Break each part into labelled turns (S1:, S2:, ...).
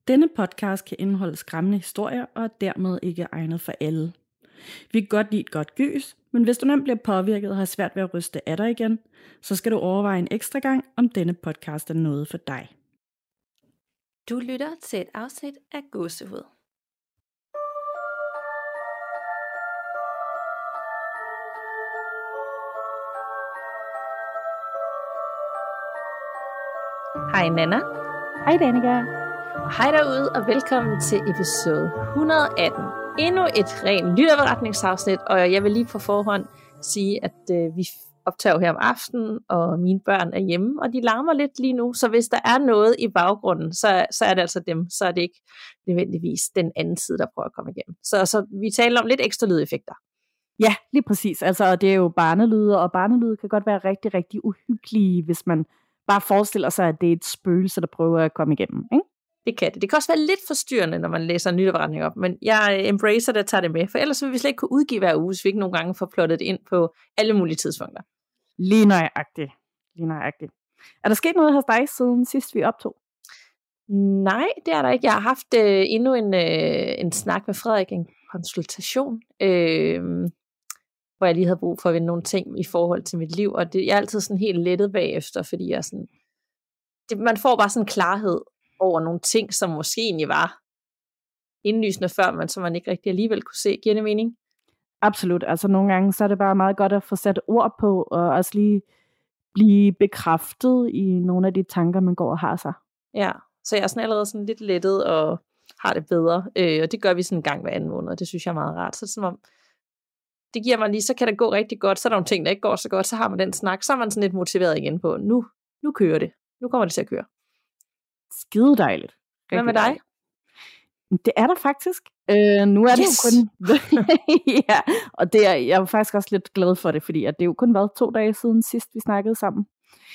S1: Denne podcast kan indeholde skræmmende historier og er dermed ikke egnet for alle. Vi kan godt lide et godt gys, men hvis du nemt bliver påvirket og har svært ved at ryste af dig igen, så skal du overveje en ekstra gang, om denne podcast er noget for dig.
S2: Du lytter til et afsnit af Gåsehud. Hej Nana.
S1: Hej Danika.
S2: Og hej derude, og velkommen til episode 118. Endnu et rent lytterberetningsafsnit, og jeg vil lige på forhånd sige, at vi optager her om aftenen, og mine børn er hjemme, og de larmer lidt lige nu, så hvis der er noget i baggrunden, så er det altså dem, så er det ikke nødvendigvis den anden side, der prøver at komme igennem. Så vi taler om lidt ekstra lydeffekter.
S1: Ja, lige præcis. Altså, det er jo barnelyde, og barnelyde kan godt være rigtig, rigtig uhyggelige, hvis man bare forestiller sig, at det er et spøgelse, der prøver at komme igennem, ikke?
S2: Det kan det. Det kan også være lidt forstyrrende, når man læser en nyhedsberetning op, men jeg embracer det og tager det med, for ellers vil vi slet ikke kunne udgive hver uge, hvis vi ikke nogle gange får plottet det ind på alle mulige tidspunkter.
S1: Lige nøjagtigt. Er der sket noget hos dig, siden sidst vi optog?
S2: Nej, det er der ikke. Jeg har haft endnu en snak med Frederik, en konsultation, hvor jeg lige havde brug for at vende nogle ting i forhold til mit liv, og jeg er altid sådan helt lettet bagefter, fordi jeg sådan, man får bare sådan klarhed over nogle ting, som måske egentlig var indlysende før, men som man ikke rigtig alligevel kunne se. Giver det mening?
S1: Absolut. Altså nogle gange, så er det bare meget godt at få sat ord på, og også lige blive bekræftet i nogle af de tanker, man går og har sig.
S2: Ja, så jeg er sådan allerede sådan lidt lettet og har det bedre, og det gør vi sådan en gang hver anden måned, og det synes jeg er meget rart. Så det er som om, det giver mig lige, så kan det gå rigtig godt, så er der nogle ting, der ikke går så godt, så har man den snak, så er man sådan lidt motiveret igen på, nu kører det. Nu kommer det til at køre.
S1: Skide dejligt.
S2: Hvad med dig?
S1: Det er der faktisk. Nu er det jo kun... ja, og jeg er faktisk også lidt glad for det, fordi at det er jo kun været 2 dage siden sidst, vi snakkede sammen.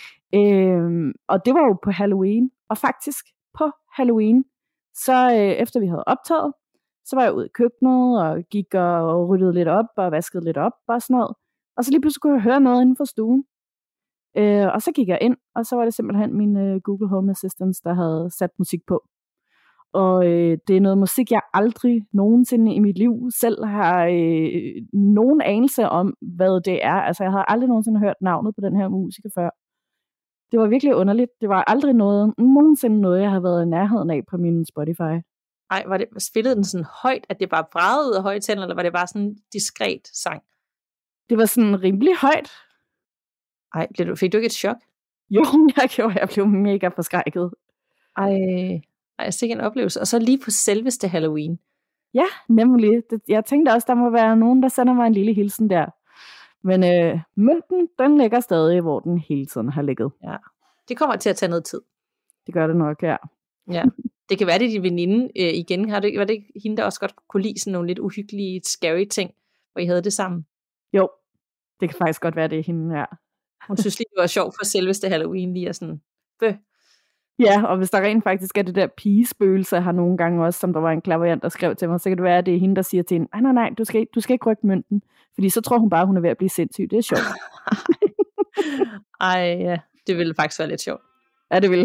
S1: Og det var jo på Halloween. Og faktisk på Halloween, så efter vi havde optaget, så var jeg ude i køkkenet og gik og ryddede lidt op og vaskede lidt op og sådan noget. Og så lige pludselig kunne jeg høre noget inden for stuen. Og så gik jeg ind, og så var det simpelthen min Google Home Assistant, der havde sat musik på. Og det er noget musik, jeg aldrig nogensinde i mit liv selv har nogen anelse om, hvad det er. Altså, jeg havde aldrig nogensinde hørt navnet på den her musiker før. Det var virkelig underligt. Det var aldrig nogensinde noget, jeg havde været i nærheden af på min Spotify.
S2: Ej, spillede den sådan højt, at det bare bragede ud af højttaleren, eller var det bare sådan en diskret sang? Det
S1: var sådan rimelig højt.
S2: Ej, fik du ikke et chok?
S1: Jo, jeg blev mega forskrækket.
S2: Ej, sikke en oplevelse. Og så lige på selveste Halloween.
S1: Ja, nemlig. Jeg tænkte også, der må være nogen, der sender mig en lille hilsen der. Men mønten, den ligger stadig, hvor den hele tiden har ligget.
S2: Ja, det kommer til at tage noget tid.
S1: Det gør det nok, ja.
S2: Ja. Det kan være, det er din veninde igen. Var det ikke hende, der også godt kunne lide sådan nogle lidt uhyggelige, scary ting, hvor I havde det sammen?
S1: Jo, det kan faktisk godt være, det er hende, ja.
S2: Hun synes lige, det var sjovt for selveste Halloween lige at sådan,
S1: Ja, og hvis der rent faktisk er det der pigespøgelse her nogle gange også, som der var en klaverjant, der skrev til mig, så kan det være, at det er hende, der siger til hende, nej, du skal ikke rykke mønten, fordi så tror hun bare, hun er ved at blive sindssyg. Det er sjovt.
S2: Ej, ja, det ville faktisk være lidt sjovt.
S1: Ja, det ville.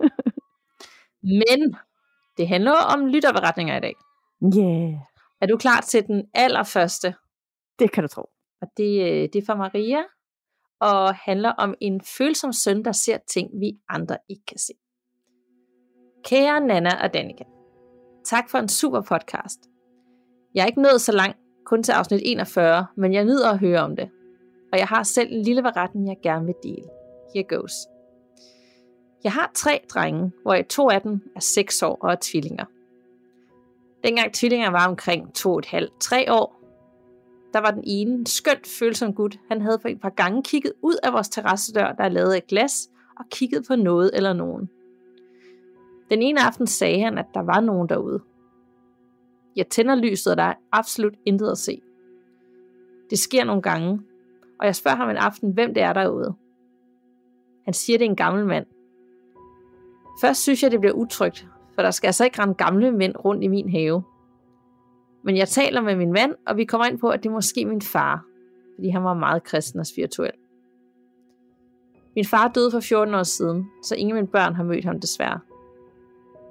S2: Men det handler om lytterberetninger i dag.
S1: Yeah.
S2: Er du klar til den allerførste?
S1: Det kan du tro.
S2: Og det er fra Maria, og handler om en følsom søn, der ser ting, vi andre ikke kan se. Kære Nana og Danika, tak for en super podcast. Jeg er ikke nået så langt, kun til afsnit 41, men jeg nyder at høre om det. Og jeg har selv en lille beretning, jeg gerne vil dele. Here goes. Jeg har 3 drenge, hvor 2 af dem er 6 år og er tvillinger. Dengang tvillinger var omkring 2,5-3 år, der var den ene en skønt følsom gut. Han havde for et par gange kigget ud af vores terrassedør, der er lavet af glas, og kigget på noget eller nogen. Den ene aften sagde han, at der var nogen derude. Jeg tænder lyset, og der er absolut intet at se. Det sker nogle gange, og jeg spørger ham en aften, hvem det er derude. Han siger, det er en gammel mand. Først synes jeg, det bliver utrygt, for der skal altså ikke rende gamle mænd rundt i min have. Men jeg taler med min mand, og vi kommer ind på, at det er måske min far, fordi han var meget kristen og spirituel. Min far døde for 14 år siden, så ingen af mine børn har mødt ham desværre.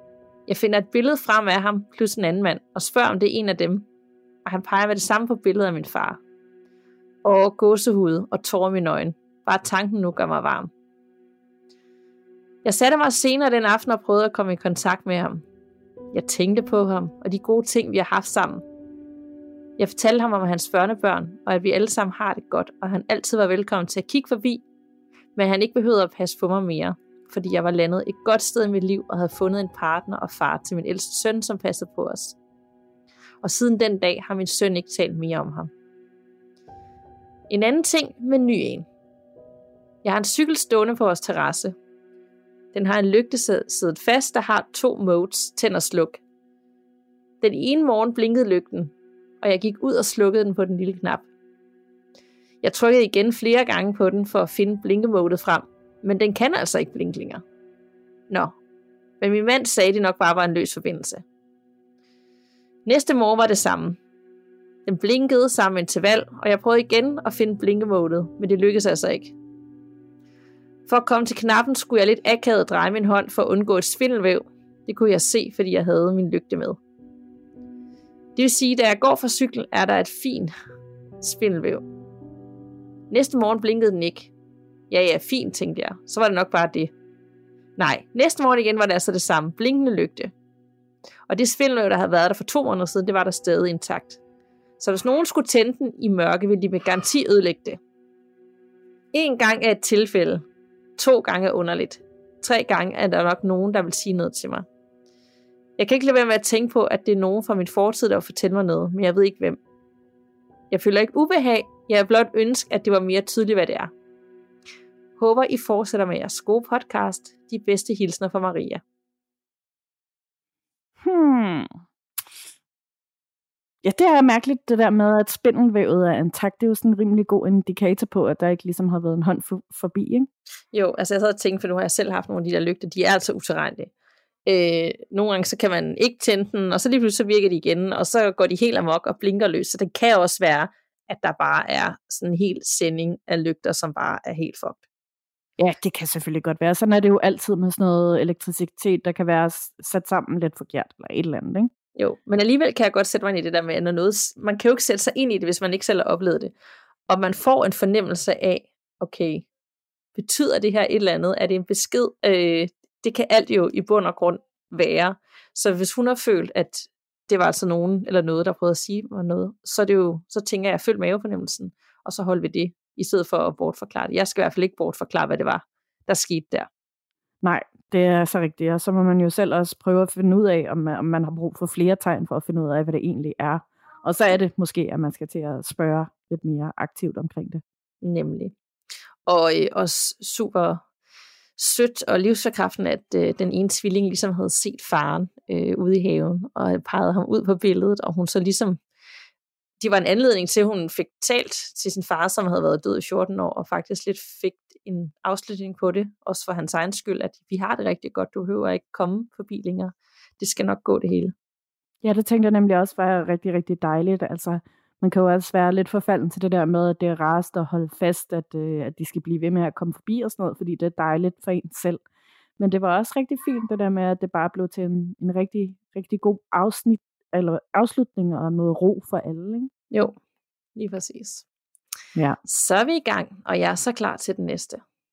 S2: Jeg finder et billede frem af ham plus en anden mand, og spørger, om det er en af dem. Og han peger med det samme på billedet af min far. Og gåsehud og tårer i mine øjne. Bare tanken nu gør mig varm. Jeg satte mig senere den aften og prøvede at komme i kontakt med ham. Jeg tænkte på ham og de gode ting, vi har haft sammen. Jeg fortalte ham om hans børnebørn, og at vi alle sammen har det godt, og han altid var velkommen til at kigge forbi, men han ikke behøvede at passe på mig mere, fordi jeg var landet et godt sted i mit liv og havde fundet en partner og far til min ældste søn, som passede på os. Og siden den dag har min søn ikke talt mere om ham. En anden ting med ny en. Jeg har en cykel stående på vores terrasse. Den har en lygte siddet fast, der har 2 modes, tænd og sluk. Den ene morgen blinkede lygten, og jeg gik ud og slukkede den på den lille knap. Jeg trykkede igen flere gange på den for at finde blinkemodet frem, men den kan altså ikke blinke længere. Nå, men min mand sagde, det nok bare var en løs forbindelse. Næste morgen var det samme. Den blinkede samme interval, og jeg prøvede igen at finde blinkemodet, men det lykkedes altså ikke. For at komme til knappen skulle jeg lidt akavet dreje min hånd for at undgå et spindelvæv. Det kunne jeg se, fordi jeg havde min lygte med. Det vil sige, at da jeg går fra cyklen, er der et fint spindelvæv. Næste morgen blinkede den ikke. Ja, fint, tænkte jeg. Så var det nok bare det. Nej, næste morgen igen var det altså det samme. Blinkende lygte. Og det spindelvæv, der havde været der for 2 måneder siden, det var der stadig intakt. Så hvis nogen skulle tænde den i mørke, ville de med garanti ødelægge det. 1 gang er et tilfælde. 2 gange er underligt. 3 gange er der nok nogen, der vil sige noget til mig. Jeg kan ikke lade være med at tænke på, at det er nogen fra min fortid, der vil fortælle mig noget, men jeg ved ikke hvem. Jeg føler ikke ubehag, jeg vil blot ønske, at det var mere tydeligt, hvad det er. Håber, I fortsætter med jeres gode podcast. De bedste hilsner fra Maria.
S1: Ja, det er mærkeligt, det der med, at spindelvævet er intakt. Det er jo sådan en rimelig god indikator på, at der ikke ligesom har været en hånd forbi, ikke?
S2: Jo, altså jeg sad og tænkte, for nu har jeg selv haft nogle af de der lygter, de er altså utilregnelige. Nogle gange så kan man ikke tænde den, og så lige pludselig så virker de igen, og så går de helt amok og blinker løs. Så det kan også være, at der bare er sådan en hel sending af lygter, som bare er helt fucked.
S1: Ja, det kan selvfølgelig godt være. Sådan er det jo altid med sådan noget elektricitet, der kan være sat sammen lidt forkert, eller et eller andet, ikke?
S2: Jo, men alligevel kan jeg godt sætte mig ind i det der med, når noget, man kan jo ikke sætte sig ind i det, hvis man ikke selv har oplevet det. Og man får en fornemmelse af, okay, betyder det her et eller andet? Er det en besked? Det kan alt jo i bund og grund være. Så hvis hun har følt, at det var altså nogen eller noget, der prøvede at sige mig noget, så er det jo, så tænker jeg, følg mavefornemmelsen, og så hold ved det, i stedet for at bortforklare det. Jeg skal i hvert fald ikke bortforklare, hvad det var, der skete der.
S1: Nej, det er så rigtigt, og så må man jo selv også prøve at finde ud af, om man har brug for flere tegn for at finde ud af, hvad det egentlig er. Og så er det måske, at man skal til at spørge lidt mere aktivt omkring det.
S2: Nemlig. Og også super sødt og livsforkræftende, at den ene tvilling ligesom havde set faren ude i haven, og pegede ham ud på billedet, og hun så ligesom, det var en anledning til, at hun fik talt til sin far, som havde været død i 14 år, og faktisk lidt fik en afslutning på det, også for hans egen skyld, at vi har det rigtig godt, du behøver ikke komme forbi længere. Det skal nok gå det hele.
S1: Ja, det tænkte jeg nemlig også var rigtig, rigtig dejligt. Altså, man kan jo også være lidt forfalden til det der med, at det er rarest at holde fast, at de skal blive ved med at komme forbi og sådan noget, fordi det er dejligt for en selv. Men det var også rigtig fint, det der med, at det bare blev til en rigtig, rigtig god afslutning og noget ro for alle, ikke?
S2: Jo, lige præcis.
S1: Ja.
S2: Så er vi i gang, og jeg er så klar til den næste.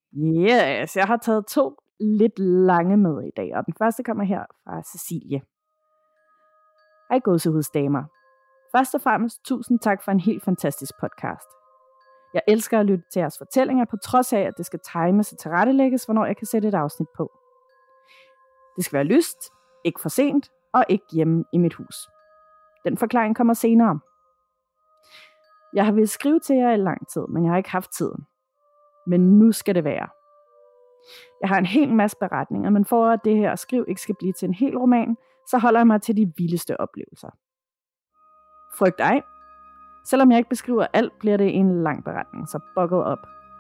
S1: Yes, jeg har taget 2 lidt lange med i dag, og den første kommer her fra Cecilie. Hej gåsehudsdamer. Først og fremmest, tusind tak for en helt fantastisk podcast. Jeg elsker at lytte til jeres fortællinger, på trods af, at det skal times og tilrettelægges, hvornår jeg kan sætte et afsnit på. Det skal være lyst, ikke for sent, og ikke hjemme i mit hus. Den forklaring kommer senere. Jeg har ville skrive til jer i lang tid, men jeg har ikke haft tiden. Men nu skal det være. Jeg har en hel masse beretninger, men for at det her skriv ikke skal blive til en hel roman, så holder jeg mig til de vildeste oplevelser. Frygt ej. Selvom jeg ikke beskriver alt, bliver det en lang beretning, så buckle op.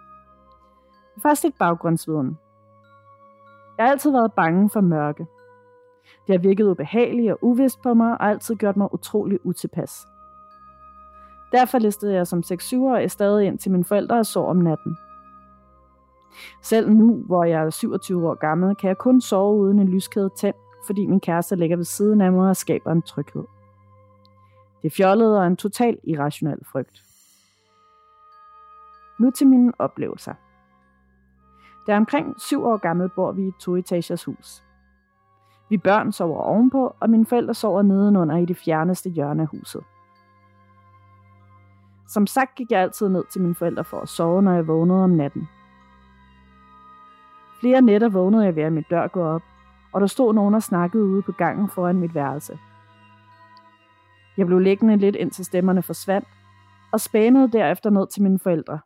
S1: Først et baggrundsviden. Jeg har altid været bange for mørke. Det har virket ubehageligt og uvist på mig, og altid gjort mig utrolig utilpas. Derfor listede jeg som 6-7-årig stadig ind til mine forældre og sov om natten. Selv nu, hvor jeg er 27 år gammel, kan jeg kun sove uden en lyskæde tændt, fordi min kæreste ligger ved siden af mig og skaber en tryghed. Det er fjollet og en total irrationel frygt. Nu til mine oplevelser. Da jeg er omkring 7 år gammel, bor vi i et 2-etagers hus. Vi børn sover ovenpå, og mine forældre sover nedenunder i det fjerneste hjørne af huset. Som sagt gik jeg altid ned til mine forældre for at sove, når jeg vågnede om natten. Flere nætter vågnede jeg ved, at min dør gå op, og der stod nogen og snakkede ude på gangen foran mit værelse. Jeg blev liggende lidt indtil stemmerne forsvandt, og spænede derefter ned til mine forældre.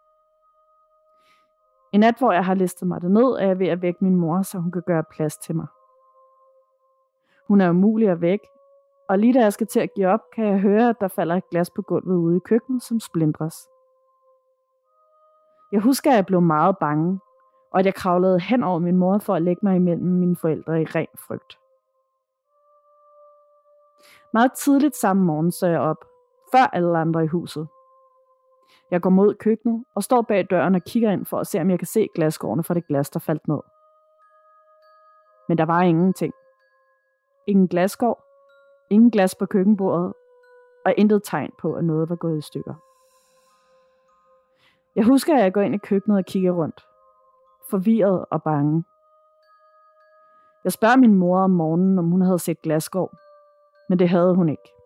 S1: En nat, hvor jeg har listet mig derned, er jeg ved at vække min mor, så hun kan gøre plads til mig. Hun er umulig at vække, og lige da jeg skal til at give op, kan jeg høre, at der falder et glas på gulvet ude i køkkenet, som splindres. Jeg husker, at jeg blev meget bange, og at jeg kravlede hen over min mor for at lægge mig imellem mine forældre i ren frygt. Meget tidligt samme morgen så jeg op, før alle andre i huset. Jeg går mod køkkenet og står bag døren og kigger ind for at se, om jeg kan se glasskårene fra det glas, der faldt ned. Men der var ingenting. Ingen glasskår, ingen glas på køkkenbordet, og intet tegn på, at noget var gået i stykker. Jeg husker, at jeg går ind i køkkenet og kigger rundt. Forvirret og bange. Jeg spørger min mor om morgenen, om hun havde set glasskår, men det havde hun ikke.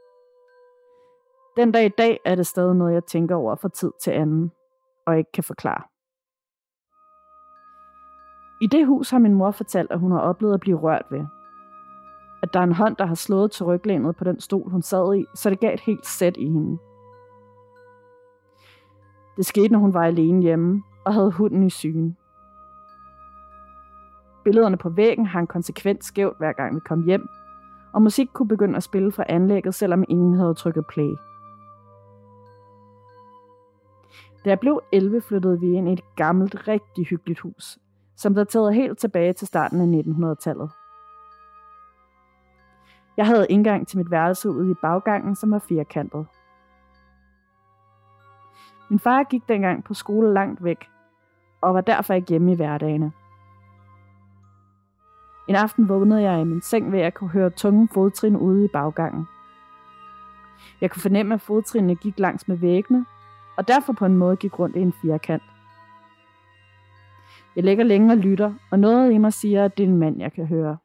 S1: Den dag i dag er det stadig noget, jeg tænker over fra tid til anden, og ikke kan forklare. I det hus har min mor fortalt, at hun har oplevet at blive rørt ved. At der er en hånd, der har slået til ryglænet på den stol, hun sad i, så det gav et helt sæt i hende. Det skete, når hun var alene hjemme og havde hunden i sygen. Billederne på væggen hang konsekvent skævt, hver gang vi kom hjem, og musik kunne begynde at spille fra anlægget, selvom ingen havde trykket play. Da jeg blev 11, flyttede vi ind i et gammelt, rigtig hyggeligt hus, som daterede helt tilbage til starten af 1900-tallet. Jeg havde indgang til mit værelse ude i baggangen, som var firkantet. Min far gik dengang på skole langt væk, og var derfor ikke hjemme i hverdagene. En aften vågnede jeg i min seng ved at kunne høre tunge fodtrin ude i baggangen. Jeg kunne fornemme, at fodtrinene gik langs med væggene, og derfor på en måde gik rundt i en firkant. Jeg ligger længe og lytter, og noget i mig siger, at det er en mand, jeg kan høre.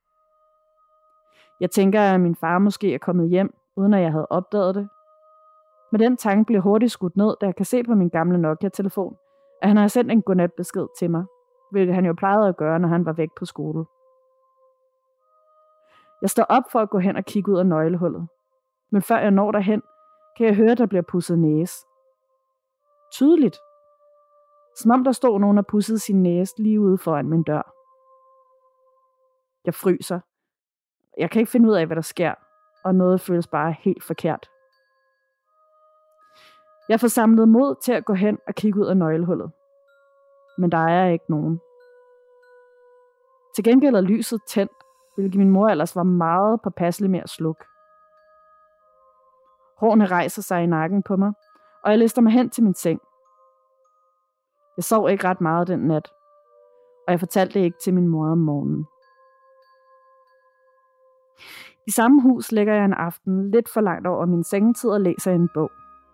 S1: Jeg tænker, at min far måske er kommet hjem, uden at jeg havde opdaget det. Men den tanke bliver hurtigt skudt ned, da jeg kan se på min gamle Nokia-telefon, at han har sendt en godnatbesked til mig, hvilket han jo plejede at gøre, når han var væk på skole. Jeg står op for at gå hen og kigge ud af nøglehullet, men før jeg når derhen, kan jeg høre, at der bliver pudset næse. Tydeligt. Som om der stod nogen og pudsede sin næse lige ude foran min dør. Jeg fryser. Jeg kan ikke finde ud af, hvad der sker, og noget føles bare helt forkert. Jeg får samlet mod til at gå hen og kigge ud af nøglehullet. Men der er ikke nogen. Til gengæld er lyset tændt, hvilket min mor ellers var meget påpasselig med at slukke. Hårene rejser sig i nakken på mig, og jeg lister mig hen til min seng. Jeg sov ikke ret meget den nat, og jeg fortalte det ikke til min mor om morgenen. I samme hus ligger jeg en aften lidt for langt over min sengetid og læser en bog.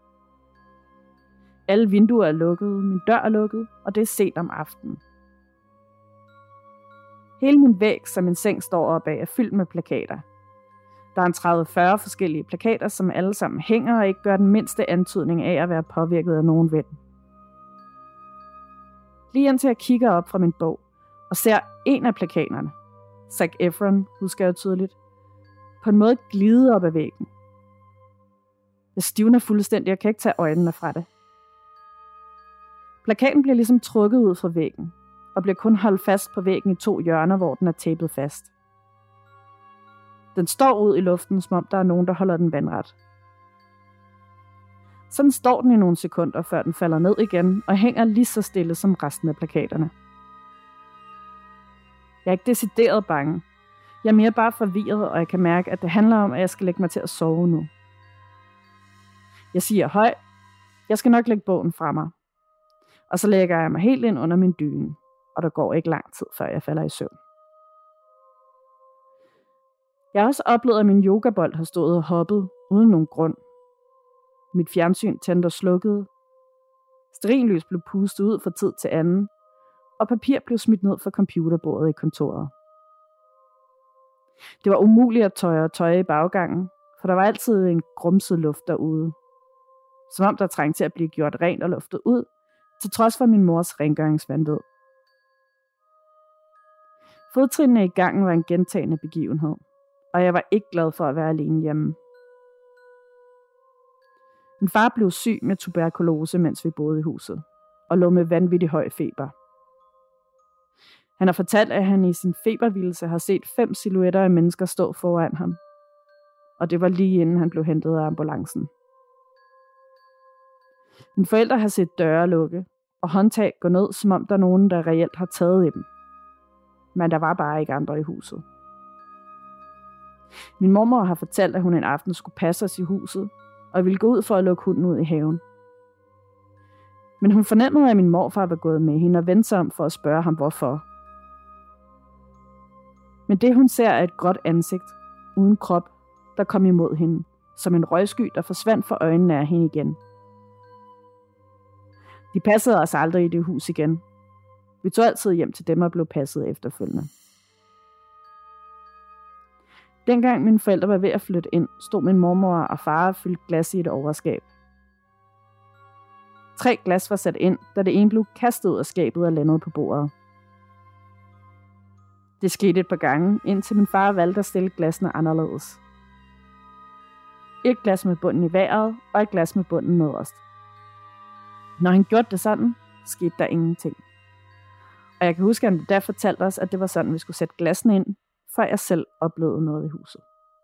S1: Alle vinduer er lukket, min dør er lukket, og det er sent om aftenen. Hele min væg, som min seng står oppe af, er fyldt med plakater. Der er en 30-40 forskellige plakater, som alle sammen hænger og ikke gør den mindste antydning af at være påvirket af nogen ven. Lige indtil jeg kigger op fra min bog og ser en af plakaterne, Zac Efron, husker jeg tydeligt, på en måde glide op ad væggen. Jeg stivner fuldstændig og kan ikke tage øjnene fra det. Plakaten bliver ligesom trukket ud fra væggen, og bliver kun holdt fast på væggen i 2 hjørner, hvor den er tapet fast. Den står ud i luften, som om der er nogen, der holder den vandret. Sådan står den i nogle sekunder, før den falder ned igen, og hænger lige så stille som resten af plakaterne. Jeg er ikke decideret bange. Jeg er mere bare forvirret, og jeg kan mærke, at det handler om, at jeg skal lægge mig til at sove nu. Jeg siger højt, jeg skal nok lægge bogen fra mig. Og så lægger jeg mig helt ind under min dyne, og der går ikke lang tid, før jeg falder i søvn. Jeg har også oplevet, at min yogabold har stået og hoppet uden nogen grund. Mit fjernsyn tændte og slukkede. Stearinlys blev pustet ud fra tid til anden, og papir blev smidt ned fra computerbordet i kontoret. Det var umuligt at tøje i baggangen, for der var altid en grumset luft derude. Som om der trængte til at blive gjort rent og luftet ud, til trods for min mors rengøringsvanvid. Fodtrinene i gangen var en gentagende begivenhed, og jeg var ikke glad for at være alene hjemme. Min far blev syg med tuberkulose, mens vi boede i huset, og lå med vanvittig høj feber. Han har fortalt, at han i sin febervildelse har set 5 silhuetter af mennesker stå foran ham, og det var lige inden han blev hentet af ambulancen. Mine forældre har set døre lukke, og håndtag gå ned, som om der er nogen, der reelt har taget i dem. Men der var bare ikke andre i huset. Min mormor har fortalt, at hun en aften skulle passe os i huset, og ville gå ud for at lukke hunden ud i haven. Men hun fornemmede, at min morfar var gået med hende og vendte sig om for at spørge ham, hvorfor. Men det hun ser er et gråt ansigt, uden krop, der kom imod hende, som en røgsky, der forsvandt for øjnene af hende igen. De passede os aldrig i det hus igen. Vi tog altid hjem til dem og blev passet efterfølgende. Dengang mine forældre var ved at flytte ind, stod min mormor og far og fyldte glas i et overskab. 3 glas var sat ind, da det ene blev kastet ud af skabet og landede på bordet. Det skete et par gange, indtil min far valgte at stille glasene anderledes. Et glas med bunden i vejret, og et glas med bunden nederst. Når han gjorde det sådan, skete der ingenting. Og jeg kan huske, at han da fortalte os, at det var sådan, vi skulle sætte glassene ind, før jeg selv oplevede noget i huset.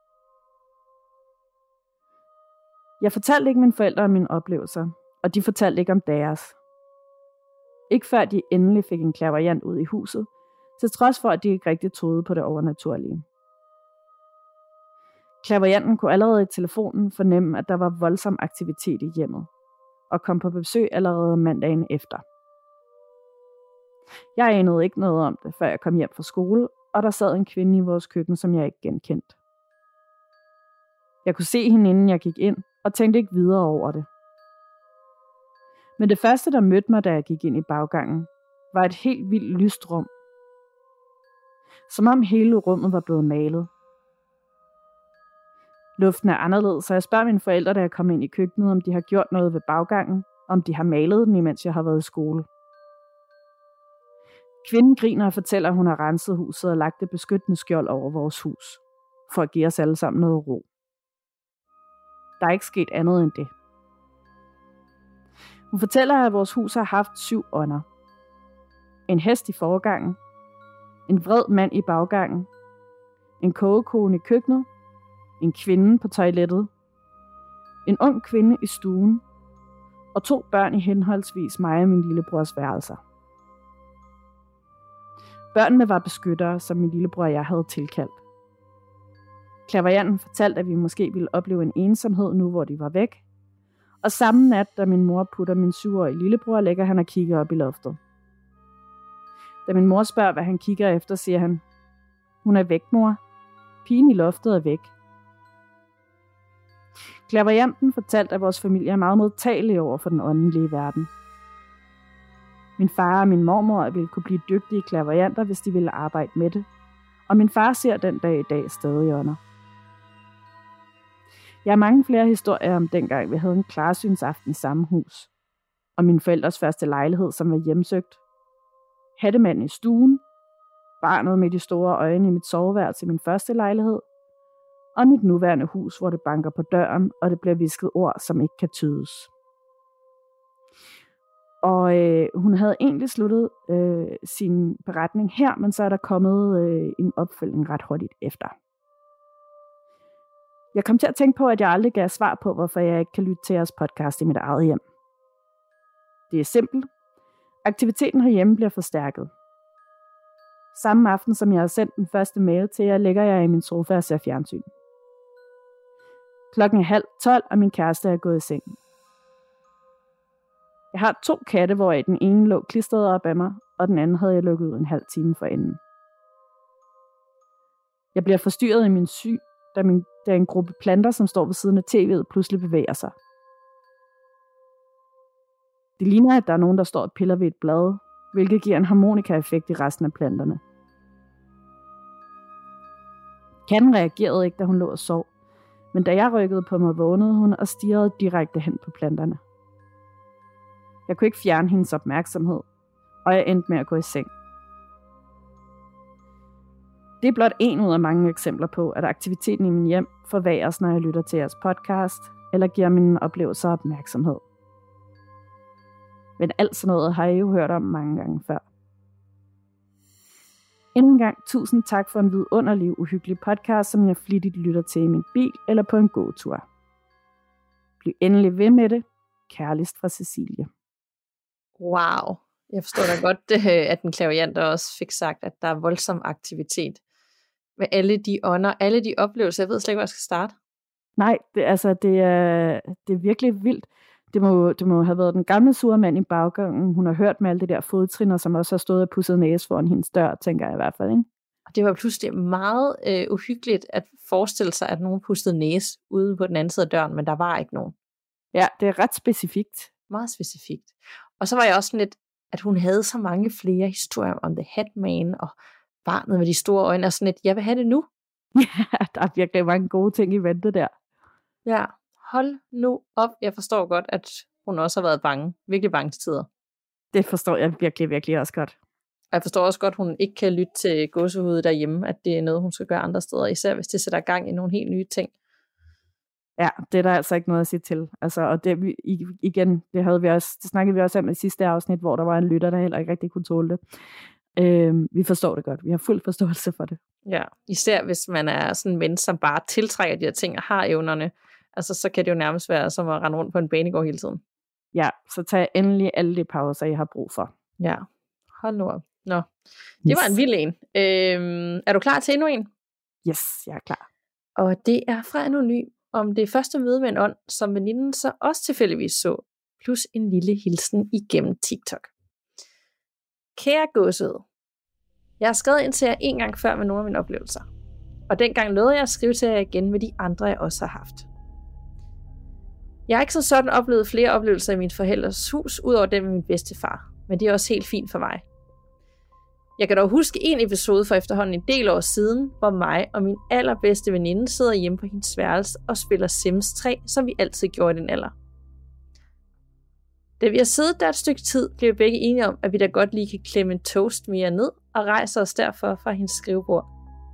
S1: Jeg fortalte ikke mine forældre om mine oplevelser, og de fortalte ikke om deres. Ikke før de endelig fik en clairvoyant ud i huset, til trods for, at de ikke rigtig troede på det overnaturlige. Clairvoyanten kunne allerede i telefonen fornemme, at der var voldsom aktivitet i hjemmet, og kom på besøg allerede mandagen efter. Jeg anede ikke noget om det, før jeg kom hjem fra skole, og der sad en kvinde i vores køkken, som jeg ikke genkendte. Jeg kunne se hende, inden jeg gik ind, og tænkte ikke videre over det. Men det første, der mødte mig, da jeg gik ind i baggangen, var et helt vildt lyst rum. Som om hele rummet var blevet malet. Luften er anderledes, så jeg spørger mine forældre, da jeg kom ind i køkkenet, om de har gjort noget ved baggangen, om de har malet den, imens jeg har været i skole. Kvinden griner og fortæller, at hun har renset huset og lagt et beskyttende skjold over vores hus, for at give os alle sammen noget ro. Der er ikke sket andet end det. Hun fortæller, at vores hus har haft 7 ånder. En hest i forgangen, en vred mand i baggangen, en kogekone i køkkenet, en kvinde på toilettet, en ung kvinde i stuen, og 2 børn i henholdsvis mig og min lillebrors værelser. Børnene var beskyttere, som min lillebror og jeg havde tilkaldt. Clairvoyanten fortalte, at vi måske ville opleve en ensomhed nu, hvor de var væk. Og samme nat, da min mor putter min 7-årige lillebror, lægger han og kigger op i loftet. Da min mor spørger, hvad han kigger efter, siger han, "Hun er væk, mor. Pigen i loftet er væk." Clairvoyanten fortalte, at vores familie er meget modtagelig over for den åndelige verden. Min far og min mormor ville kunne blive dygtige clairvoyanter, hvis de ville arbejde med det. Og min far ser den dag i dag stadig ånder. Jeg har mange flere historier om dengang, vi havde en klarsynsaften i samme hus. Og min forældres første lejlighed, som var hjemsøgt. Hattemanden i stuen. Barnet med de store øjne i mit soveværelse i min første lejlighed. Og mit nuværende hus, hvor det banker på døren, og det bliver hvisket ord, som ikke kan tydes. Og hun havde egentlig sluttet sin beretning her, men så er der kommet en opfølgning ret hurtigt efter. Jeg kom til at tænke på, at jeg aldrig gav svar på, hvorfor jeg ikke kan lytte til jeres podcast i mit eget hjem. Det er simpelt. Aktiviteten herhjemme bliver forstærket. Samme aften, som jeg har sendt den første mail til jer, ligger jeg i min sofa og ser fjernsyn. Klokken er 11:30, og min kæreste er gået i seng. Jeg har 2 katte, hvor den ene lå klistret op af mig, og den anden havde jeg lukket ud en halv time forinden. Jeg bliver forstyrret i min syn, da en gruppe planter, som står ved siden af tv'et, pludselig bevæger sig. Det ligner, at der er nogen, der står og piller ved et blad, hvilket giver en harmonika-effekt i resten af planterne. Katten reagerede ikke, da hun lå og sov, men da jeg rykkede på mig, vågnede hun og stirrede direkte hen på planterne. Jeg kunne ikke fjerne hendes opmærksomhed, og jeg endte med at gå i seng. Det er blot en ud af mange eksempler på, at aktiviteten i min hjem forværres, når jeg lytter til jeres podcast, eller giver mine oplevelser opmærksomhed. Men alt sådan noget har jeg jo hørt om mange gange før. Endnu en gang tusind tak for en vidunderlig, uhyggelig podcast, som jeg flittigt lytter til i min bil eller på en gåtur. Bliv endelig ved med det. Kærligst fra Cecilie.
S2: Wow. Jeg forstår da godt, at den clairvoyante også fik sagt, at der er voldsom aktivitet. Med alle de ånder, alle de oplevelser. Jeg ved slet ikke, hvor jeg skal starte.
S1: Nej, det er virkelig vildt. Det må have været den gamle sure mand i baggangen. Hun har hørt med alle de der fodtrinner, som også har stået og pudset næse foran hendes dør, tænker jeg i hvert fald, ikke?
S2: Og det var pludselig meget uhyggeligt at forestille sig, at nogen pustede næse ude på den anden side af døren, men der var ikke nogen.
S1: Ja, det er ret specifikt.
S2: Meget specifikt. Og så var jeg også sådan lidt, at hun havde så mange flere historier om The Hatman og barnet med de store øjne, og sådan lidt, jeg vil have det nu.
S1: Ja, der er virkelig mange gode ting i vente der.
S2: Ja, hold nu op. Jeg forstår godt, at hun også har været bange. Virkelig bange til tider.
S1: Det forstår jeg virkelig, virkelig også godt.
S2: Og jeg forstår også godt, at hun ikke kan lytte til gåsehovedet derhjemme, at det er noget, hun skal gøre andre steder, især hvis det sætter gang i nogle helt nye ting.
S1: Ja, det er der altså ikke noget at sige til. Altså, og det, igen, det snakkede vi også om i sidste afsnit, hvor der var en lytter, der heller ikke rigtig kunne tåle det. Vi forstår det godt. Vi har fuld forståelse for det.
S2: Ja, især hvis man er sådan en menneske, som bare tiltrækker de her ting og har evnerne. Altså, så kan det jo nærmest være som at rende rundt på en banegård hele tiden.
S1: Ja, så tag endelig alle de pauser, I har brug for.
S2: Ja, hold nu op. Nå, det var en vild en. Er du klar til endnu en?
S1: Yes, jeg er klar.
S2: Og det er fra Anonym om det første møde med en ånd, som veninden så også tilfældigvis så, plus en lille hilsen igennem TikTok. Kære gåsehud, jeg har skrevet ind til jer en gang før med nogle af mine oplevelser, og dengang lovede jeg at skrive til jer igen med de andre, jeg også har haft. Jeg har ikke som sådan oplevet flere oplevelser i min forældres hus, udover dem med min bedstefar, men det er også helt fint for mig. Jeg kan dog huske en episode for efterhånden en del år siden, hvor mig og min allerbedste veninde sidder hjemme på hendes værelse og spiller Sims 3, som vi altid gjorde i den alder. Da vi har siddet der et stykke tid, bliver vi begge enige om, at vi da godt lige kan klemme en toast mere ned og rejser os derfor fra hendes skrivebord.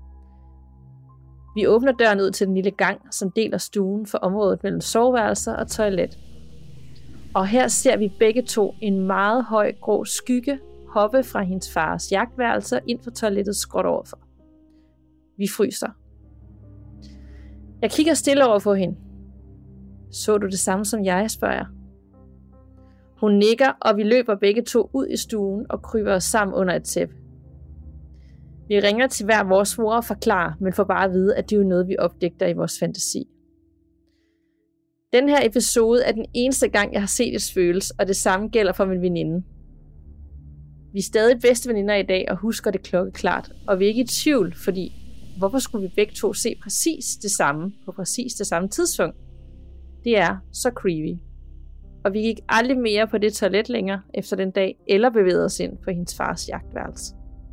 S2: Vi åbner døren ud til den lille gang, som deler stuen for området mellem soveværelser og toilet. Og her ser vi begge to en meget høj grå skygge hoppe fra hendes fars jagtværelse ind for toilettet skråt overfor. Vi fryser. Jeg kigger stille over på hende. Så du det samme som jeg, spørger jeg. Hun nikker, og vi løber begge to ud i stuen og kryber os sammen under et tæppe. Vi ringer til hver vores mor og forklarer, men får bare at vide, at det er jo noget, vi opdigter i vores fantasi. Den her episode er den eneste gang, jeg har set et spøgelse, og det samme gælder for min veninde. Vi er stadig bedste veninder i dag og husker det klokkeklart, og vi er ikke i tvivl, fordi hvorfor skulle vi begge to se præcis det samme på præcis det samme tidspunkt? Det er så creepy. Og vi gik aldrig mere på det toilet længere efter den dag, eller bevægede os ind på hendes fars jagtværelse.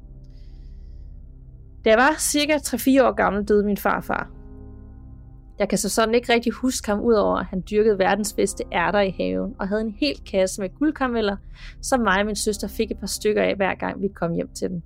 S2: Da jeg var cirka 3-4 år gammel, døde min farfar. Jeg kan så sådan ikke rigtig huske ham, udover at han dyrkede verdens bedste ærter i haven, og havde en hel kasse med guldkarameller, som mig og min søster fik et par stykker af, hver gang vi kom hjem til den.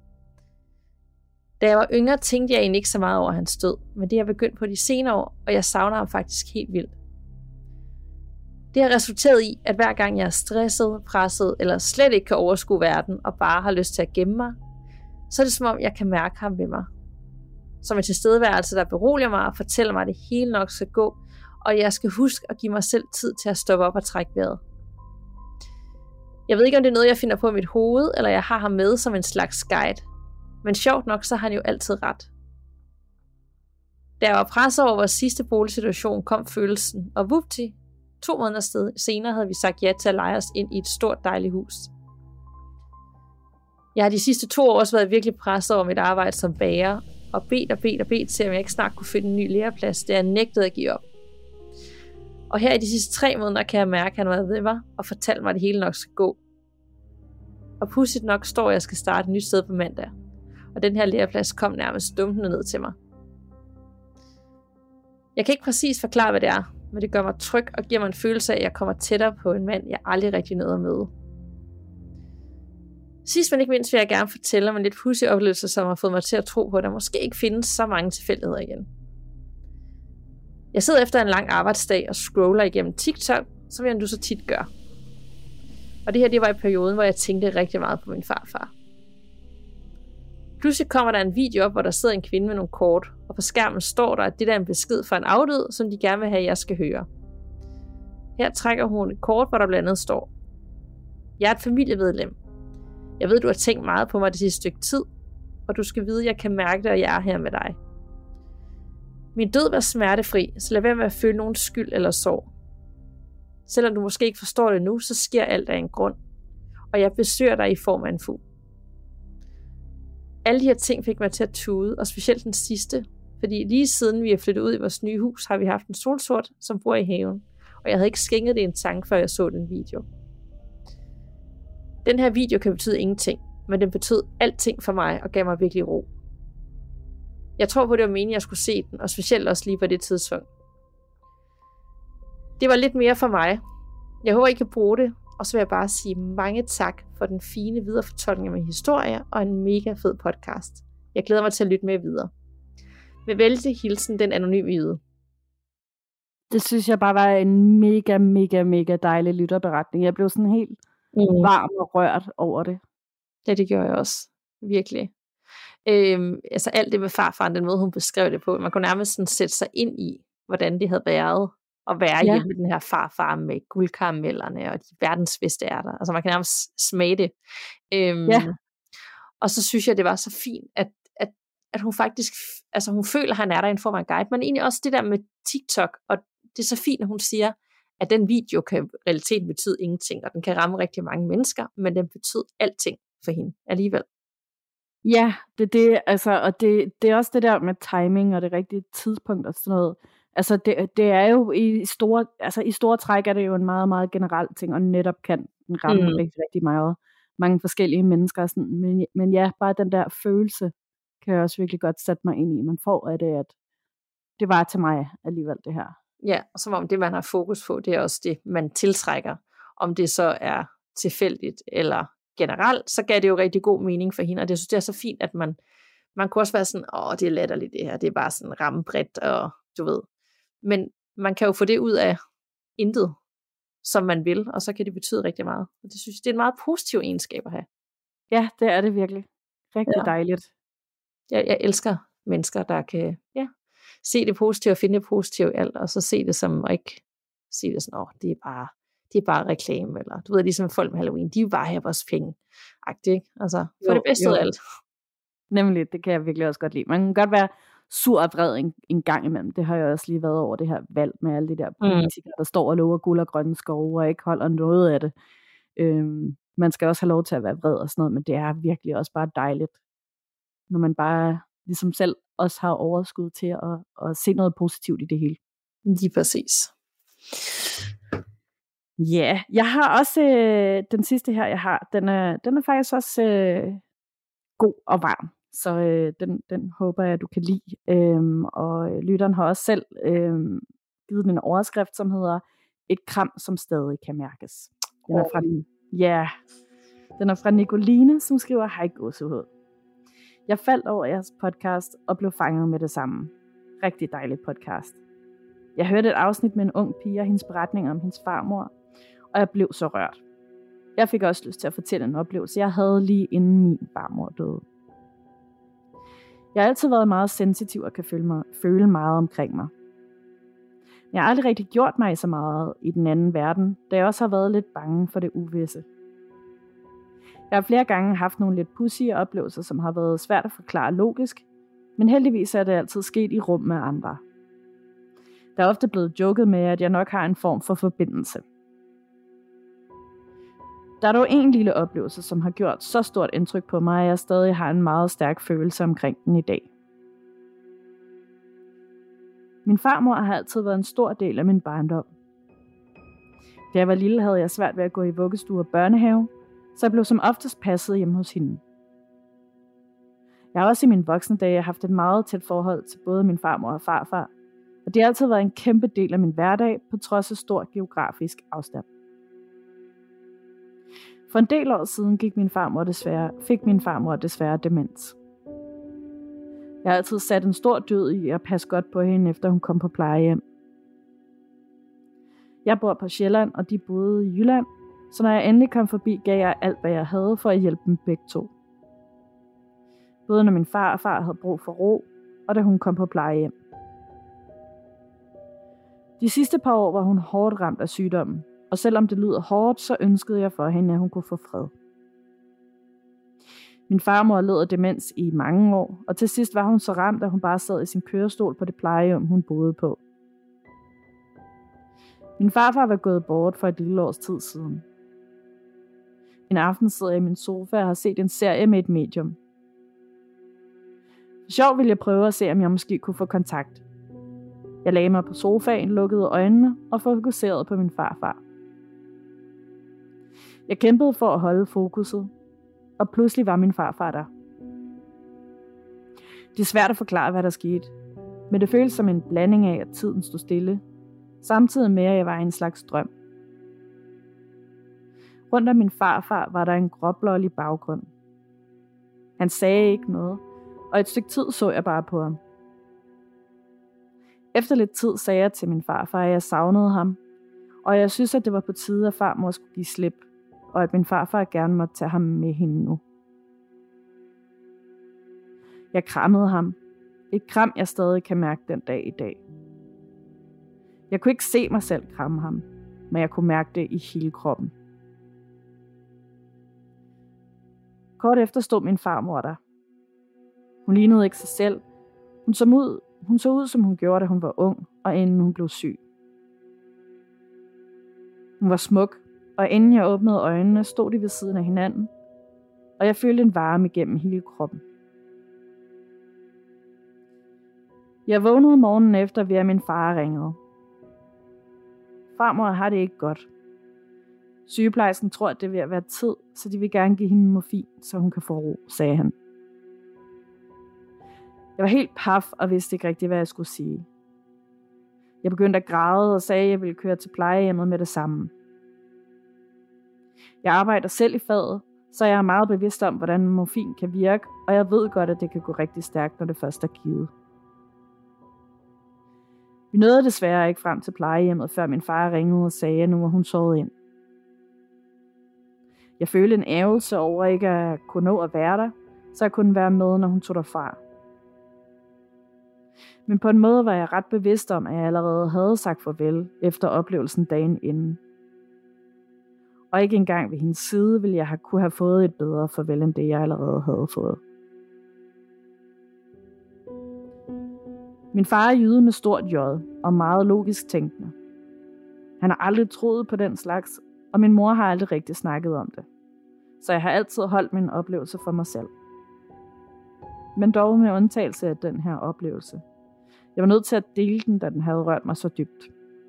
S2: Da jeg var yngre, tænkte jeg egentlig ikke så meget over hans død, men det har begyndt på de senere år, og jeg savner ham faktisk helt vildt. Det har resulteret i, at hver gang jeg er stresset, presset, eller slet ikke kan overskue verden, og bare har lyst til at gemme mig, så er det som om, jeg kan mærke ham ved mig. Som en tilstedeværelse, der beroliger mig og fortæller mig, at det hele nok skal gå, og jeg skal huske at give mig selv tid til at stoppe op og trække vejret. Jeg ved ikke, om det er noget, jeg finder på i mit hoved, eller jeg har ham med som en slags guide. Men sjovt nok, så har han jo altid ret. Da jeg var presset over vores sidste boligsituation, kom følelsen, og vupti, 2 måneder senere havde vi sagt ja til at leje os ind i et stort dejligt hus. Jeg har de sidste 2 år også været virkelig presset over mit arbejde som bager, og bedt til, om jeg ikke snart kunne finde en ny læreplads, da jeg nægtede at give op. Og her i de sidste 3 måneder kan jeg mærke, at han var ved mig og fortalte mig, at det hele nok skal gå. Og pudsigt nok står jeg og skal starte et nyt sted på mandag. Og den her læreplads kom nærmest dumpende ned til mig. Jeg kan ikke præcis forklare, hvad det er, men det gør mig tryg og giver mig en følelse af, at jeg kommer tættere på en mand, jeg aldrig rigtig nåede at møde. Sidst men ikke mindst vil jeg gerne fortælle om en lidt pudsig oplevelse, som har fået mig til at tro på, at der måske ikke findes så mange tilfældigheder igen. Jeg sidder efter en lang arbejdsdag og scroller igennem TikTok, som jeg nu så tit gør. Og det var i perioden, hvor jeg tænkte rigtig meget på min farfar. Pludselig kommer der en video op, hvor der sidder en kvinde med nogle kort, og på skærmen står der, at det der er en besked fra en afdød, som de gerne vil have, at jeg skal høre. Her trækker hun et kort, hvor der blandt andet står: Jeg er et familiemedlem. Jeg ved, du har tænkt meget på mig det sidste stykke tid, og du skal vide, at jeg kan mærke det, og jeg er her med dig. Min død var smertefri, så lad være med at føle nogen skyld eller sorg. Selvom du måske ikke forstår det nu, så sker alt af en grund, og jeg besøger dig i form af en fugl. Alle de her ting fik mig til at tude, og specielt den sidste, fordi lige siden vi er flyttet ud i vores nye hus, har vi haft en solsort, som bor i haven, og jeg havde ikke skænket det en tanke, før jeg så den video. Den her video kan betyde ingenting, men den betød alting for mig og gav mig virkelig ro. Jeg tror på, det var meningen, jeg skulle se den, og specielt også lige på det tidspunkt. Det var lidt mere for mig. Jeg håber, I kan bruge det, og så vil jeg bare sige mange tak for den fine viderefortolkning af min historie og en mega fed podcast. Jeg glæder mig til at lytte med videre. Med venlig hilsen, den anonyme yde.
S1: Det synes jeg bare var en mega dejlig lytterberetning. Jeg blev sådan helt varm og rørt over det.
S2: Ja, det gjorde jeg også. Virkelig. Altså alt det med farfaren, den måde hun beskrev det på, man kunne nærmest sådan sætte sig ind i, hvordan det havde været at være hjemme med den her farfar med guldkaramellerne og de verdens bedste ærter. Altså man kan nærmest smage det. Og så synes jeg, det var så fint, at hun faktisk, altså hun føler, at han er der i en form af en guide, men egentlig også det der med TikTok, og det er så fint, at hun siger, at den video kan i realiteten betyde ingenting, og den kan ramme rigtig mange mennesker, men den betød alting for hende alligevel.
S1: Ja, det altså, og det er også det der med timing og det rigtige tidspunkt og sådan noget. Altså det er jo i store træk er det jo en meget generel ting, og netop kan den ramme rigtig meget. Mange forskellige mennesker og sådan, men ja, bare den der følelse kan jeg også virkelig godt sætte mig ind i. Man får af det, at det var til mig alligevel det her.
S2: Ja, og som om det, man har fokus på, det er også det, man tiltrækker. Om det så er tilfældigt eller generelt, så gav det jo rigtig god mening for hende, og det synes jeg er så fint, at man kunne også være sådan, det er latterligt det her, det er bare sådan rammebredt, og du ved. Men man kan jo få det ud af intet, som man vil, og så kan det betyde rigtig meget. Og det synes jeg, det er en meget positiv egenskab at have.
S1: Ja, det er det virkelig. Rigtig dejligt.
S2: Jeg elsker mennesker, der kan se det positive og finde det positive i alt, og så se det som, og ikke se det sådan, det er bare reklame, eller du ved, ligesom folk med Halloween, de er jo bare her vores penge. Ikke? Altså, for det bedste ud af alt.
S1: Nemlig, det kan jeg virkelig også godt lide. Man kan godt være sur og vred en gang imellem. Det har jeg også lige været over det her valg med alle de der politikere, der står og lover guld og grønne skove, og ikke holder noget af det. Man skal også have lov til at være vred og sådan noget, men det er virkelig også bare dejligt, når man bare ligesom selv også har overskud til at se noget positivt i det hele.
S2: Lige præcis.
S1: Ja, jeg har også den sidste her, jeg har, den er faktisk også god og varm, så den håber jeg, du kan lide. Og lytteren har også selv givet den en overskrift, som hedder Et kram, som stadig kan mærkes. Den er fra Nicoline, som skriver: Hej gåsehud. Jeg faldt over jeres podcast og blev fanget med det samme. Rigtig dejlig podcast. Jeg hørte et afsnit med en ung pige og hendes beretning om hendes farmor, og jeg blev så rørt. Jeg fik også lyst til at fortælle en oplevelse, jeg havde lige inden min farmor døde. Jeg har altid været meget sensitiv og kan føle meget omkring mig. Men jeg har aldrig rigtig gjort mig så meget i den anden verden, da jeg også har været lidt bange for det uvisse. Jeg har flere gange haft nogle lidt pudsige oplevelser, som har været svært at forklare logisk, men heldigvis er det altid sket i rum med andre. Der er ofte blevet joket med, at jeg nok har en form for forbindelse. Der er dog en lille oplevelse, som har gjort så stort indtryk på mig, at jeg stadig har en meget stærk følelse omkring den i dag. Min farmor har altid været en stor del af min barndom. Da jeg var lille, havde jeg svært ved at gå i vuggestue og børnehave, så jeg blev som oftest passet hjemme hos hende. Jeg har også i mine voksne dage haft et meget tæt forhold til både min farmor og farfar, og det har altid været en kæmpe del af min hverdag, på trods af stor geografisk afstand. For en del år siden fik min farmor desværre demens. Jeg har altid sat en stor dyd i at passe godt på hende, efter hun kom på plejehjem. Jeg bor på Sjælland, og de boede i Jylland, så når jeg endelig kom forbi, gav jeg alt, hvad jeg havde for at hjælpe dem begge to. Både når min far og far havde brug for ro, og da hun kom på plejehjem. De sidste par år var hun hårdt ramt af sygdommen, og selvom det lyder hårdt, så ønskede jeg for hende, at hun kunne få fred. Min farmor led af demens i mange år, og til sidst var hun så ramt, at hun bare sad i sin kørestol på det plejehjem, hun boede på. Min farfar var gået bort for et lille års tid siden. En aften sidder jeg i min sofa og har set en serie med et medium. For sjov ville jeg prøve at se, om jeg måske kunne få kontakt. Jeg lagde mig på sofaen, lukkede øjnene og fokuserede på min farfar. Jeg kæmpede for at holde fokuset, og pludselig var min farfar der. Det er svært at forklare, hvad der skete, men det føltes som en blanding af, at tiden stod stille, samtidig med, at jeg var i en slags drøm. Rundt om min farfar var der en gråblålig baggrund. Han sagde ikke noget, og et stykke tid så jeg bare på ham. Efter lidt tid sagde jeg til min farfar, at jeg savnede ham, og jeg synes, at det var på tide, at farmor skulle give slip, og at min farfar gerne måtte tage ham med hende nu. Jeg krammede ham. Et kram, jeg stadig kan mærke den dag i dag. Jeg kunne ikke se mig selv kramme ham, men jeg kunne mærke det i hele kroppen. Kort efter stod min farmor der. Hun lignede ikke sig selv. Hun så ud, som hun gjorde, da hun var ung, og inden hun blev syg. Hun var smuk, og inden jeg åbnede øjnene, stod de ved siden af hinanden, og jeg følte en varme igennem hele kroppen. Jeg vågnede morgenen efter, ved at min far ringede. Farmor har det ikke godt. Sygeplejersken tror, at det er ved at være tid, så de vil gerne give hende morfin, så hun kan få ro, sagde han. Jeg var helt paf og vidste ikke rigtig, hvad jeg skulle sige. Jeg begyndte at græde og sagde, at jeg ville køre til plejehjemmet med det samme. Jeg arbejder selv i faget, så jeg er meget bevidst om, hvordan morfin kan virke, og jeg ved godt, at det kan gå rigtig stærkt, når det først er givet. Vi nåede desværre ikke frem til plejehjemmet, før min far ringede og sagde, at nu var hun sovet ind. Jeg følte en ærgelse over ikke at kunne nå at være der, så jeg kunne være med, når hun tog derfra. Men på en måde var jeg ret bevidst om, at jeg allerede havde sagt farvel efter oplevelsen dagen inden. Og ikke engang ved hendes side ville jeg kunne have fået et bedre farvel, end det jeg allerede havde fået. Min far er jyde med stort J og meget logisk tænkende. Han har aldrig troet på den slags, og min mor har aldrig rigtig snakket om det. Så jeg har altid holdt min oplevelse for mig selv. Men dog med undtagelse af den her oplevelse. Jeg var nødt til at dele den, da den havde rørt mig så dybt.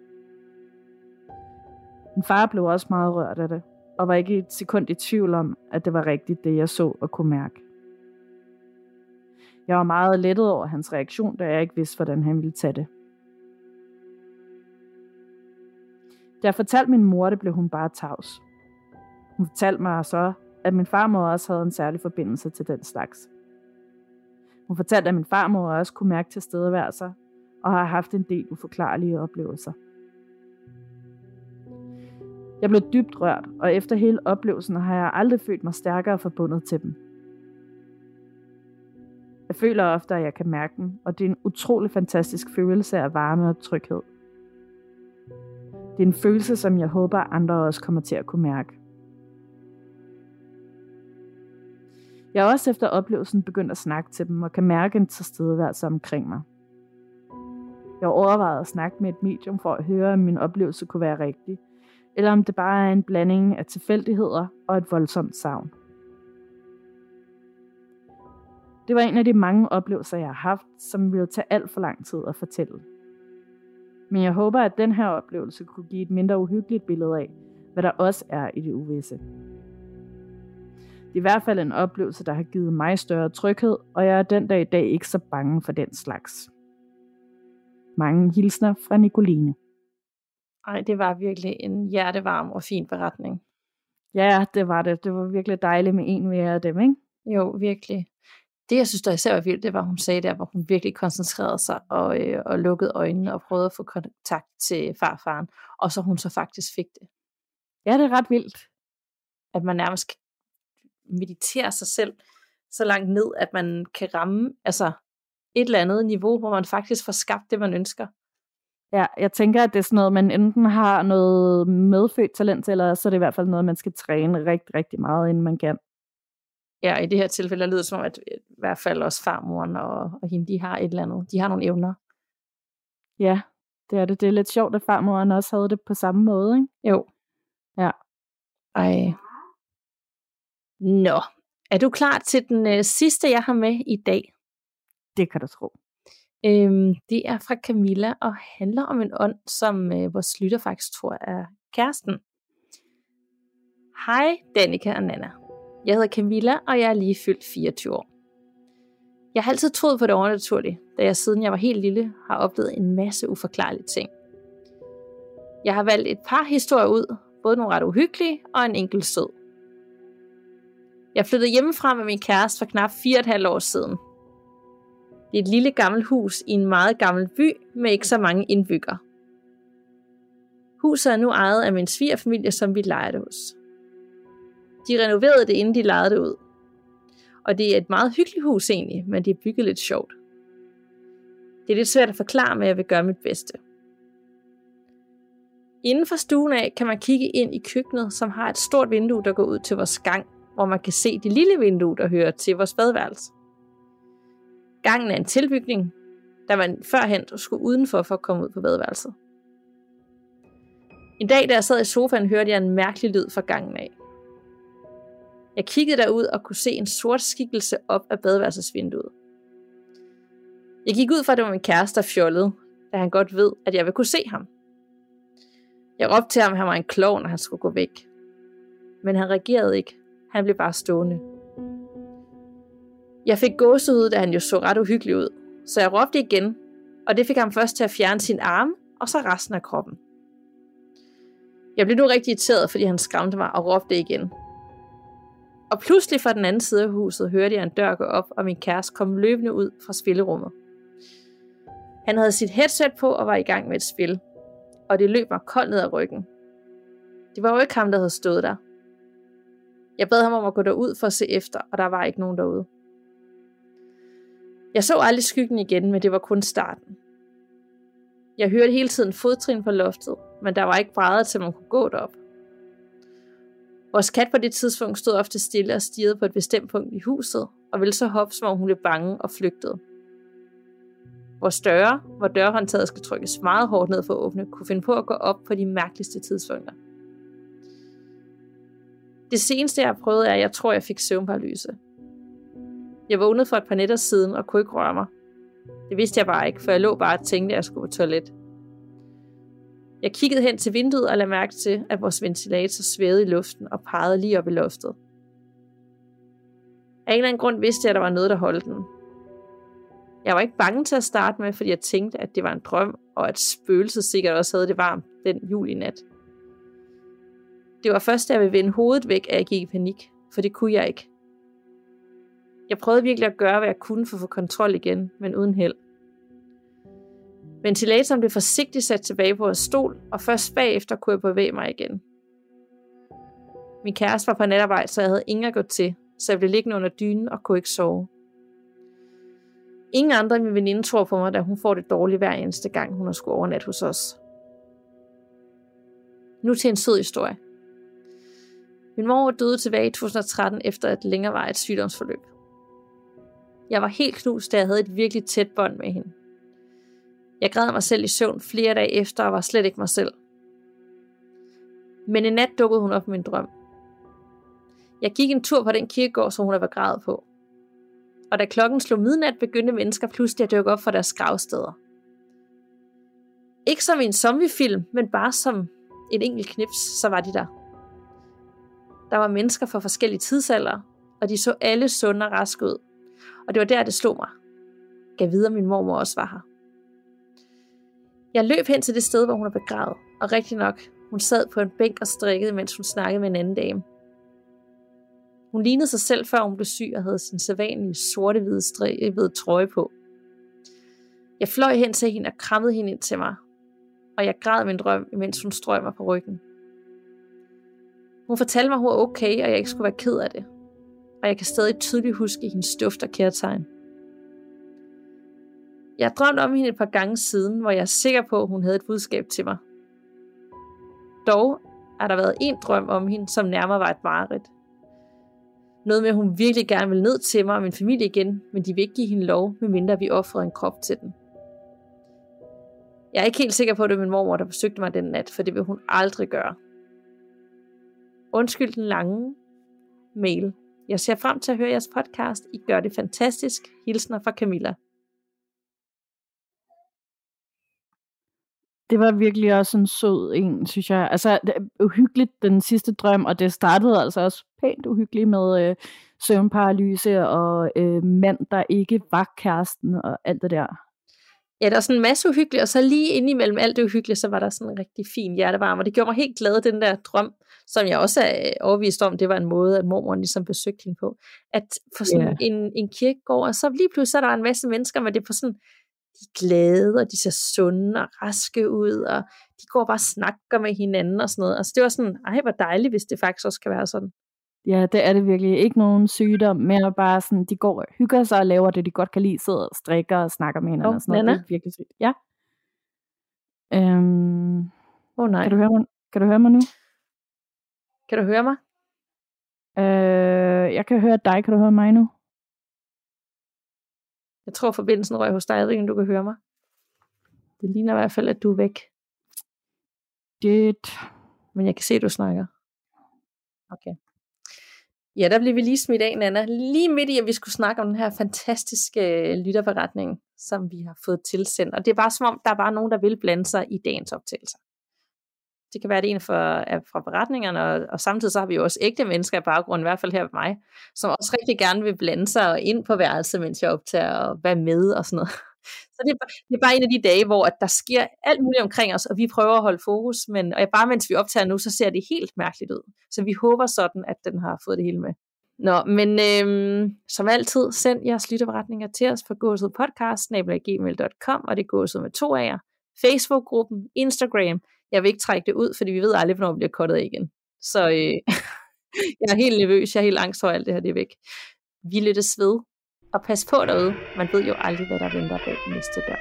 S1: Min far blev også meget rørt af det, og var ikke et sekund i tvivl om, at det var rigtigt, det jeg så og kunne mærke. Jeg var meget lettet over hans reaktion, da jeg ikke vidste, hvordan han ville tage det. Da jeg fortalte min mor det, blev hun bare tavs. Hun fortalte mig så, at min farmor også havde en særlig forbindelse til den slags. Hun fortalte, at min farmor også kunne mærke tilstedeværelser, og har haft en del uforklarlige oplevelser. Jeg blev dybt rørt, og efter hele oplevelsen har jeg aldrig følt mig stærkere forbundet til dem. Jeg føler ofte, at jeg kan mærke dem, og det er en utrolig fantastisk følelse af varme og tryghed. Det er en følelse, som jeg håber, andre også kommer til at kunne mærke. Jeg er også efter oplevelsen begyndt at snakke til dem, og kan mærke en tilstedeværelse omkring mig. Jeg overvejede at snakke med et medium for at høre, om min oplevelse kunne være rigtig, eller om det bare er en blanding af tilfældigheder og et voldsomt savn. Det var en af de mange oplevelser, jeg har haft, som ville tage alt for lang tid at fortælle. Men jeg håber, at den her oplevelse kunne give et mindre uhyggeligt billede af, hvad der også er i det uvisse. Det er i hvert fald en oplevelse, der har givet mig større tryghed, og jeg er den dag i dag ikke så bange for den slags. Mange hilsner fra Nicoline.
S2: Ej, det var virkelig en hjertevarm og fin beretning.
S1: Ja, det var det. Det var virkelig dejligt med en mere af dem, ikke?
S2: Jo, virkelig. Det, jeg synes, der især var vildt, det var, hun sagde der, hvor hun virkelig koncentrerede sig og lukkede øjnene og prøvede at få kontakt til farfaren. Og så hun så faktisk fik det.
S1: Ja, det er ret vildt.
S2: At man nærmest mediterer sig selv så langt ned, at man kan ramme et eller andet niveau, hvor man faktisk får skabt det, man ønsker.
S1: Ja, jeg tænker, at det er sådan noget, man enten har noget medfødt talent til, eller så er det i hvert fald noget, man skal træne rigtig, rigtig meget, inden man kan.
S2: Ja, i det her tilfælde lyder det som om, at i hvert fald også farmoren og hende, de har et eller andet. De har nogle evner.
S1: Ja, det er det. Det er lidt sjovt, at farmoren også havde det på samme måde, ikke?
S2: Jo.
S1: Ja.
S2: Ej. Nå, er du klar til den sidste, jeg har med i dag?
S1: Det kan du tro.
S2: Det er fra Camilla og handler om en ånd, som vores lytter faktisk tror er kæresten. Hej Danika og Nana. Jeg hedder Camilla, og jeg er lige fyldt 24 år. Jeg har altid troet på det overnaturlige, da jeg siden jeg var helt lille har oplevet en masse uforklarlige ting. Jeg har valgt et par historier ud, både nogle ret uhyggelige og en enkelt sød. Jeg flyttede hjemmefra med min kæreste for knap 4,5 år siden. Det er et lille gammelt hus i en meget gammel by med ikke så mange indbyggere. Huset er nu ejet af min svigerfamilie, som vi lejer det hos. De renoverede det, inden de lejede det ud. Og det er et meget hyggeligt hus egentlig, men det er bygget lidt sjovt. Det er lidt svært at forklare, men jeg vil gøre mit bedste. Inden for stuen af kan man kigge ind i køkkenet, som har et stort vindue, der går ud til vores gang, hvor man kan se det lille vindue, der hører til vores badeværelse. Gangen er en tilbygning, da man førhen skulle udenfor for at komme ud på badeværelset. En dag, da jeg sad i sofaen, hørte jeg en mærkelig lyd fra gangen af. Jeg kiggede derud og kunne se en sort skikkelse op af badeværelsesvinduet. Jeg gik ud fra, at det var min kæreste, der fjollede, da han godt ved, at jeg ville kunne se ham. Jeg råbte til ham, at han var en klovn, og han skulle gå væk. Men han reagerede ikke. Han blev bare stående. Jeg fik gåsehud, da han jo så ret uhyggelig ud, så jeg råbte igen, og det fik ham først til at fjerne sin arme, og så resten af kroppen. Jeg blev nu rigtig irriteret, fordi han skræmte mig og råbte igen. Og pludselig fra den anden side af huset hørte jeg en dør gå op, og min kæreste kom løbende ud fra spillerummet. Han havde sit headset på og var i gang med et spil, og det løb mig koldt ned ad ryggen. Det var jo ikke ham, der havde stået der. Jeg bad ham om at gå derud for at se efter, og der var ikke nogen derude. Jeg så aldrig skyggen igen, men det var kun starten. Jeg hørte hele tiden fodtrin på loftet, men der var ikke brædder til, man kunne gå derop. Vores kat på det tidspunkt stod ofte stille og stirrede på et bestemt punkt i huset, og ville så hoppe, som om hun blev bange og flygtede. Vores døre, hvor dørhåndtaget skal trykkes meget hårdt ned for at åbne, kunne finde på at gå op på de mærkeligste tidspunkter. Det seneste, jeg har prøvet, er, at jeg tror, jeg fik søvnparalyse. Jeg vågnede for et par nætter siden og kunne ikke røre mig. Det vidste jeg bare ikke, for jeg lå bare og tænkte, at jeg skulle på toilet. Jeg kiggede hen til vinduet og lagde mærke til, at vores ventilator svævede i luften og pegede lige op i loftet. Af en eller anden grund vidste jeg, at der var noget, der holdt den. Jeg var ikke bange til at starte med, fordi jeg tænkte, at det var en drøm, og at spøgelset sikkert også havde det varmt den julinat. Det var først, da jeg ville vende hovedet væk, at jeg gik i panik, for det kunne jeg ikke. Jeg prøvede virkelig at gøre, hvad jeg kunne for at få kontrol igen, men uden held. Ventilatoren blev forsigtigt sat tilbage på vores stol, og først bagefter kunne jeg bevæge mig igen. Min kæreste var på natarbejde, så jeg havde ingen at gå til, så jeg blev liggende under dynen og kunne ikke sove. Ingen andre end min veninde tror på mig, da hun får det dårligt hver eneste gang, hun har skulle overnatte hos os. Nu til en sød historie. Min mor døde tilbage i 2013 efter et længerevarigt sygdomsforløb. Jeg var helt knust, da jeg havde et virkelig tæt bånd med hende. Jeg græd mig selv i søvn flere dage efter og var slet ikke mig selv. Men en nat dukkede hun op i min drøm. Jeg gik en tur på den kirkegård, som hun havde begravet på. Og da klokken slog midnat, begyndte mennesker pludselig at dukke op fra deres gravsteder. Ikke som i en zombiefilm, men bare som et enkelt knips, så var de der. Der var mennesker fra forskellige tidsalder, og de så alle sunde og raske ud. Og det var der, det slog mig. Gav videre, min mormor også var her. Jeg løb hen til det sted, hvor hun er begravet, og rigtig nok, hun sad på en bænk og strikkede, mens hun snakkede med en anden dame. Hun lignede sig selv, før hun blev syg og havde sin sædvanlige sorte-hvide strikkede trøje på. Jeg fløj hen til hende og krammede hende ind til mig, og jeg græd min drøm, mens hun strøg mig på ryggen. Hun fortalte mig, at hun var okay, og jeg ikke skulle være ked af det. Og jeg kan stadig tydeligt huske hendes duft og kærtegn. Jeg har drømt om hende et par gange siden, hvor jeg er sikker på, at hun havde et budskab til mig. Dog har der været en drøm om hende, som nærmere var et mareridt. Noget med, at hun virkelig gerne ville ned til mig og min familie igen, men de vil ikke give hende lov, medmindre vi offrede en krop til den. Jeg er ikke helt sikker på, at det var min mormor, der besøgte mig den nat, for det vil hun aldrig gøre. Undskyld den lange mail. Jeg ser frem til at høre jeres podcast. I gør det fantastisk. Hilsner fra Camilla.
S1: Det var virkelig også en sød en, synes jeg. Altså, det er uhyggeligt, den sidste drøm, og det startede altså også pænt uhyggeligt med søvnparalyse og mand, der ikke var kæresten og alt det der.
S2: Ja, der var sådan en masse uhyggeligt, og så lige inde imellem alt det uhyggelige, så var der sådan en rigtig fin hjertevarme, og det gjorde mig helt glad, den der drøm, som jeg også er overbevist om, det var en måde, at mormoren ligesom besøgte hende på. At for sådan en kirkegård, og så lige pludselig så der var en masse mennesker, men det er på sådan, de er glade, og de ser sunde og raske ud, og de går bare og snakker med hinanden og sådan noget. Altså det var sådan, ej hvor dejligt, hvis det faktisk også kan være sådan.
S1: Ja, det er det virkelig. Ikke nogen sygdom, mere bare sådan, de går og hygger sig og laver det, de godt kan lide, sidder og strikker og snakker med hinanden og sådan noget.
S2: Nana?
S1: Det er virkelig sygt. Ja.
S2: Nej.
S1: Kan du høre mig nu?
S2: Kan du høre mig?
S1: Jeg kan høre dig. Kan du høre mig nu?
S2: Jeg tror, forbindelsen røg hos dig. Jeg ved ikke, om du kan høre mig. Det ligner i hvert fald, at du er væk. Men jeg kan se, at du snakker. Okay. Ja, der blev vi lige smidt af, Nana. Lige midt i, at vi skulle snakke om den her fantastiske lytterberetning, som vi har fået tilsendt. Og det er bare som om, der er bare nogen, der vil blande sig i dagens optagelser. Det kan være, det en fra beretningerne, og samtidig så har vi jo også ægte mennesker i baggrunden, i hvert fald her ved mig, som også rigtig gerne vil blande sig ind på værelset, mens jeg optager og være med og sådan noget. Så det er bare en af de dage, hvor at der sker alt muligt omkring os, og vi prøver at holde fokus, og bare mens vi optager nu, så ser det helt mærkeligt ud. Så vi håber sådan, at den har fået det hele med. Nå, men som altid, send jeres lytterberetninger til os på gåsudpodcast@gmail.com, og det er gåsud med 2 A'er. Facebook-gruppen, Instagram. Jeg vil ikke trække det ud, fordi vi ved aldrig, hvornår vi bliver cuttet igen. Så jeg er helt nervøs, jeg er helt angst for alt det her, det er væk. Vi lyttes ved, og pas på derude. Man ved jo aldrig, hvad der venter bag den næste dør.